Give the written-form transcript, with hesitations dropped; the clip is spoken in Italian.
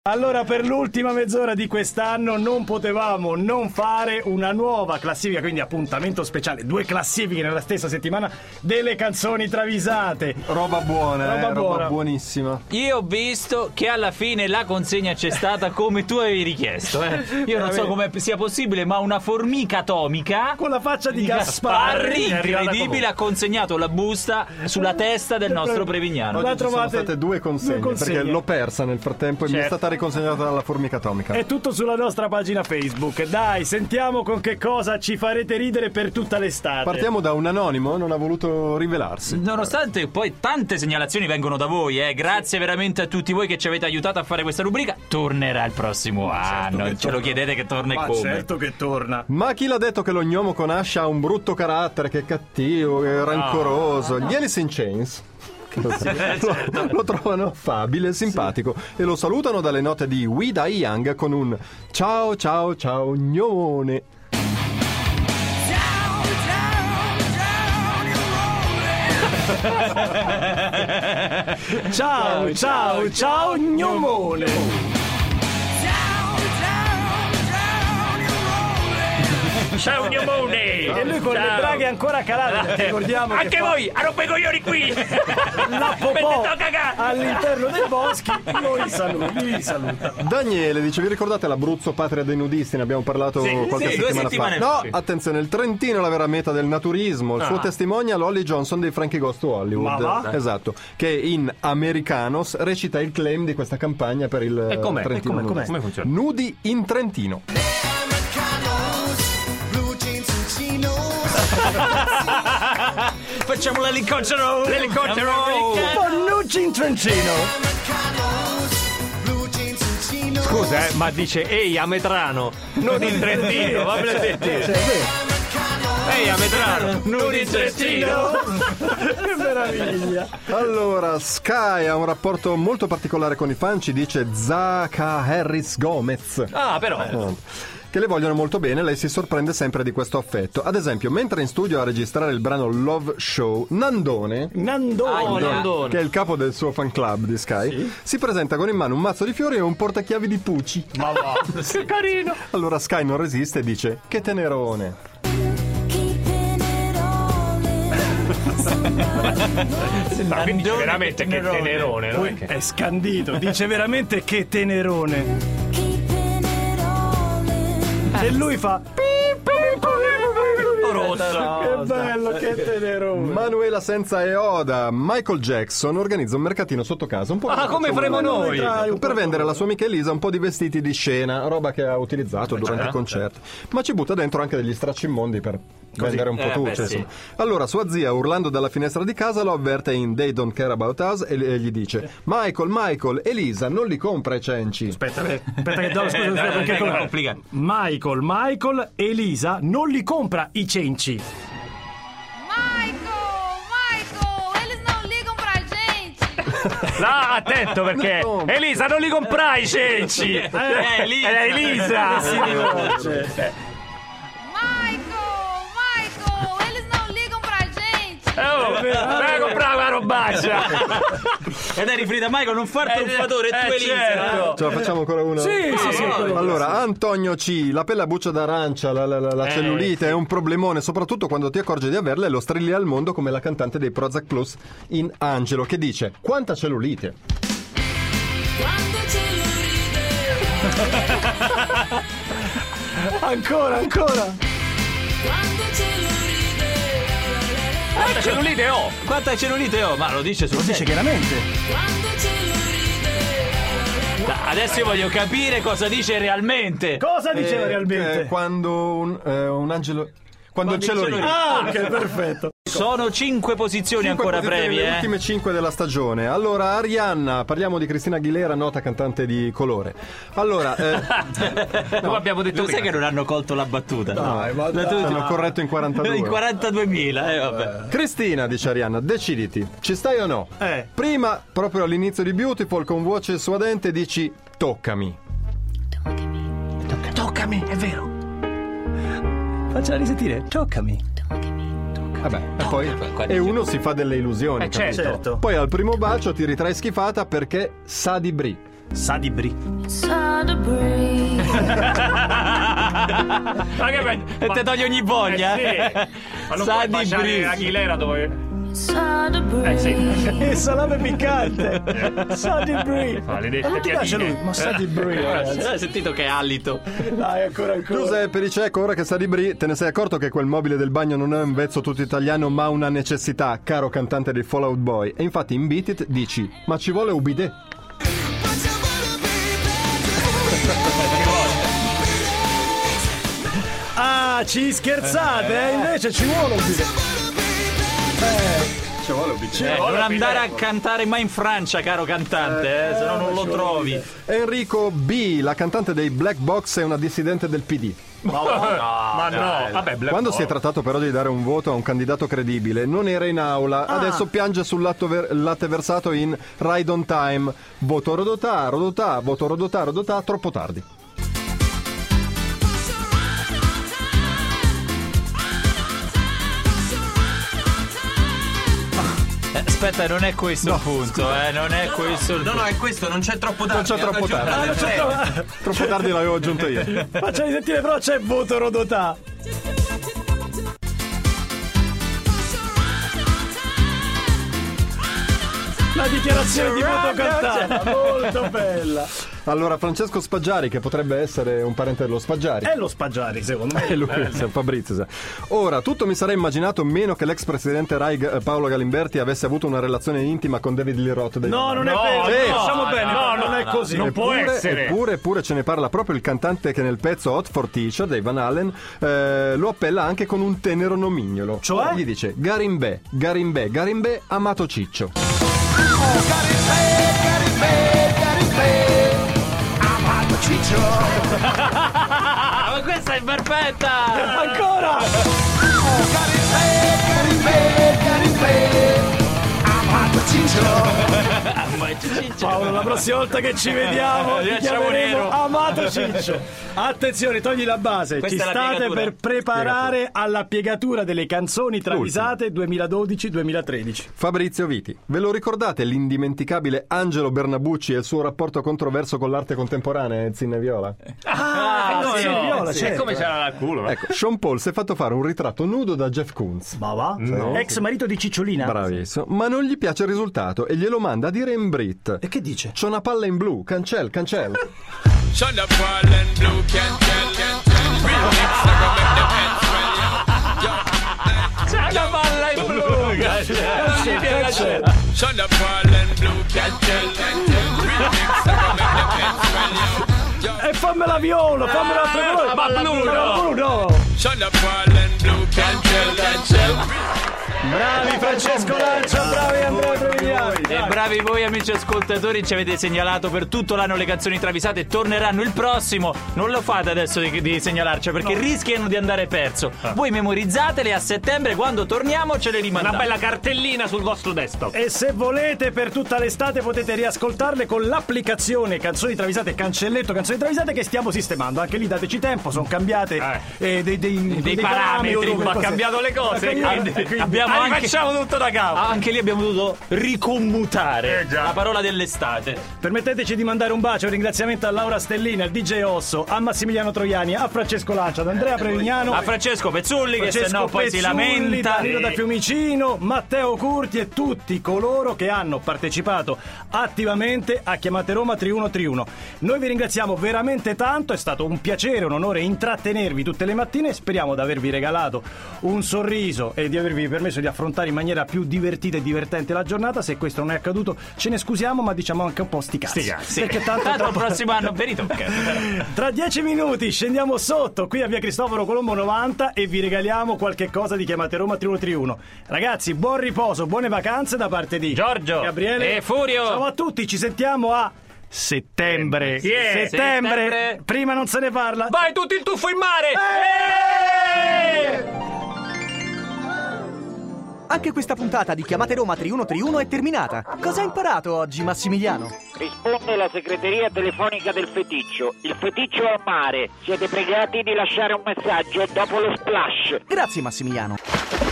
Allora, per l'ultima mezz'ora di quest'anno non potevamo non fare una nuova classifica, quindi appuntamento speciale, 2 classifiche nella stessa settimana delle canzoni travisate. Roba buona, roba buonissima. Io ho visto che alla fine la consegna c'è stata come tu avevi richiesto. Io non so come sia possibile, ma una formica atomica con la faccia di Gasparri, incredibile, ha consegnato la busta sulla testa del nostro Prevignano. Oggi ci sono state 2 consegne, perché l'ho persa nel frattempo e mi è stata riconsegnata dalla formica atomica. È tutto sulla nostra pagina Facebook. Dai, sentiamo con che cosa ci farete ridere per tutta l'estate. Partiamo da un anonimo, non ha voluto rivelarsi. Nonostante poi tante segnalazioni vengono da voi, grazie veramente a tutti voi che ci avete aiutato a fare questa rubrica. Tornerà il prossimo anno, ce lo chiedete che torna e come. Certo che torna. Ma chi l'ha detto che lo gnomo con Asha ha un brutto carattere, che è cattivo, che è rancoroso? Gli Alice in Chains lo trovano affabile e simpatico e lo salutano dalle note di We Die Young con un ciao ciao ciao gnomone. Ciao ciao ciao gnomone. Ciao gnomone! E lui con le braghe ancora calate, ricordiamo anche voi, a rompe coglioni qui! La popò all'interno dei boschi li saluta. Daniele dice: vi ricordate l'Abruzzo patria dei nudisti? Ne abbiamo parlato qualche settimana fa. No, attenzione, il Trentino è la vera meta del naturismo. Il suo testimonial Holly Johnson dei Frankie Goes to Hollywood. Esatto, che in Americanos recita il claim di questa campagna per il Trentino. Come funziona? Nudi in Trentino. Facciamo l'elicottero Bonnucci in Trentino. Scusa, ma dice ehi a Metrano, non in Trentino, va bene. Ehi a Metrano, non in Trentino. Che meraviglia. Allora, Sky ha un rapporto molto particolare con i fan, ci dice Zaka Harris Gomez. Ah, però. Che le vogliono molto bene, lei si sorprende sempre di questo affetto. Ad esempio, mentre in studio a registrare il brano Love Show, Nandone, che è il capo del suo fan club di Sky, si presenta con in mano un mazzo di fiori e un portachiavi di Pucci. Ma va, che carino! Allora Sky non resiste e dice: che tenerone. Ma quindi dice veramente che tenerone, no? È scandito, dice veramente che tenerone. E lui fa rossa. Che bello, che tenerone. Manuela senza Eoda. Michael Jackson organizza un mercatino sotto casa, un po' come faremo noi, per vendere alla sua amica Elisa un po' di vestiti di scena, roba che ha utilizzato durante i concerti, ma ci butta dentro anche degli stracci immondi per vendere un po' tutto. Sì. Allora sua zia, urlando dalla finestra di casa, lo avverte in They Don't Care About Us e gli dice: Michael, Elisa non li compra i cenci. Aspetta che perché è complicato. Michael, Elisa non li compra i cenci. Michael, eles não ligam pra gente. No, attento perché Elisa non li comprai i cenci. È Elisa. Michael, eles não ligam pra gente. Vai a comprare una robaccia. Ed eri Frida, Michael, non far truffatore, tu Elisa. Certo. Ce la facciamo ancora una? Sì. Allora, Antonio C. La pelle a buccia d'arancia, la cellulite è un problemone, soprattutto quando ti accorgi di averla e lo strilli al mondo come la cantante dei Prozac Plus in Angelo, che dice: quanta cellulite? Quando cellulite. Ancora. Quando cellulite. Quanta cellulite ho? Quanta cellulite ho? Ma lo dice sul Dice chiaramente. Quando cellulite. Adesso io voglio capire cosa dice realmente. Cosa diceva realmente? Quando un angelo... Quando il cielo ride. Ah, ok, perfetto. Sono 5 posizioni ancora brevi, Le ultime 5 della stagione. Allora, Arianna, parliamo di Cristina Aguilera, nota cantante di colore. Allora, come abbiamo detto, lo sai che non hanno colto la battuta? hanno corretto in 42. In 42.000, vabbè. Cristina, dice Arianna, deciditi, ci stai o no? Prima, proprio all'inizio di Beautiful, con voce suadente, dici: toccami. Toccami, è vero. Faccela risentire, toccami. Vabbè, e poi uno si fa delle illusioni. Certo. Poi al primo bacio ti ritrai schifata perché sa di brie. Sa di Brie. Ma che te togli ogni voglia? Sì. Ma non puoi baciare Aguilera dove... sì. E salame piccante. Sa di Brie. Non ti piace lui? Ma sa di Brie, ragazzi. Hai sentito che alito? Dai, ancora. Giuseppe Ricecco, ora che sa di Brie, te ne sei accorto che quel mobile del bagno non è un vezzo tutto italiano, ma una necessità, caro cantante dei Fall Out Boy. E infatti in Beat It dici: ma ci vuole un bidet? Ah, ci scherzate, invece ci vuole un bidet. Ci vuole un bidet. Non andare a cantare mai in Francia, caro cantante, se no non lo trovi. Enrico B, la cantante dei Black Box, è una dissidente del PD. Ma no. Vabbè, Quando si è trattato però di dare un voto a un candidato credibile, non era in aula. Adesso piange sul latte versato in Ride on Time. Voto Rodotà, voto Rodotà, troppo tardi. Aspetta, non è questo il punto, non è questo il punto. No, è questo, non c'è troppo tardi. Non c'è troppo tardi. Troppo tardi l'avevo aggiunto io. Facciamo sentire, però c'è voto Rodotà. La dichiarazione di voto cantata, molto bella. Allora, Francesco Spaggiari, che potrebbe essere un parente dello Spaggiari. È lo Spaggiari, secondo me. È lui, Fabrizio. Ora, tutto mi sarei immaginato meno che l'ex presidente Rai Paolo Galimberti avesse avuto una relazione intima con David Lee Roth. No, non è vero. Facciamo bene. No, non è così. Non può essere. Eppure ce ne parla proprio il cantante che nel pezzo Hot for Teacher dei Van Halen lo appella anche con un tenero nomignolo. Cioè? Gli dice: Garimbè, amato Ciccio. Amato Ciccio. Ma questa è perfetta! Ancora! Garimbè, amato Ciccio. Paolo, la prossima volta che ci vediamo ti chiameremo Amato Ciccio. Attenzione, togli la base. Questa ci è la state piegatura. per preparare alla piegatura delle canzoni travisate 2012-2013. Fabrizio Viti, ve lo ricordate l'indimenticabile Angelo Bernabucci e il suo rapporto controverso con l'arte contemporanea, Zinne Viola? Viola, Sì. certo. Come c'era il culo? Ecco, Sean Paul si è fatto fare un ritratto nudo da Jeff Koons. Ma va? No. Ex marito di Cicciolina. Bravissimo, ma non gli piace il risultato e glielo manda a dire in Brit. E che dice? C'ho una palla in blu, cancel. Shut up, fallen blue, can tell. Remix, I go make the heads swell. C'è la palla in blu! Shut up, fallen blue, can tell. Remix, I go make the heads swell. E fammela viola, fammela altre cose. Ma blu no! Shut up, fallen blue, can tell. Bravi Francesco Lancia, bravi Andrea Trevigliani. E bravi voi amici ascoltatori, ci avete segnalato per tutto l'anno le canzoni travisate, torneranno il prossimo. Non lo fate adesso di segnalarci perché rischiano di andare perso. Voi memorizzatele, a settembre quando torniamo ce le rimandiamo. Una bella cartellina sul vostro desktop. E se volete per tutta l'estate potete riascoltarle con l'applicazione Canzoni Travisate, cancelletto Canzoni Travisate, che stiamo sistemando. Anche lì dateci tempo, sono cambiate dei parametri, ma ha cambiato le cose. Quindi abbiamo facciamo tutto da capo. Anche lì abbiamo dovuto ricommutare la parola dell'estate. Permetteteci di mandare un bacio e un ringraziamento a Laura Stellini, al DJ Osso, a Massimiliano Troiani, a Francesco Lancia, ad Andrea Prevignano, A Francesco Pezzulli, che se no poi si lamenta. Danilo da Fiumicino, Matteo Curti e tutti coloro che hanno partecipato attivamente a Chiamate Roma 3131. Noi vi ringraziamo veramente tanto, è stato un piacere, un onore intrattenervi tutte le mattine. Speriamo di avervi regalato un sorriso e di avervi permesso di affrontare in maniera più divertita e divertente la giornata. Se questo non è accaduto ce ne scusiamo, ma diciamo anche un po' sti cazzi. Perché tanto il prossimo anno per i tocca. Tra 10 minuti scendiamo sotto qui a via Cristoforo Colombo 90 e vi regaliamo qualche cosa di Chiamate Roma 3131. Ragazzi, buon riposo, buone vacanze da parte di Giorgio Gabriele e Furio. Ciao a tutti, ci sentiamo a settembre. Yeah. Settembre. Prima non se ne parla. Vai tutti il tuffo in mare! Anche questa puntata di Chiamate Roma 3131 è terminata. Cosa ha imparato oggi Massimiliano? Risponde la segreteria telefonica del feticcio. Il feticcio è a mare. Siete pregati di lasciare un messaggio dopo lo splash. Grazie Massimiliano.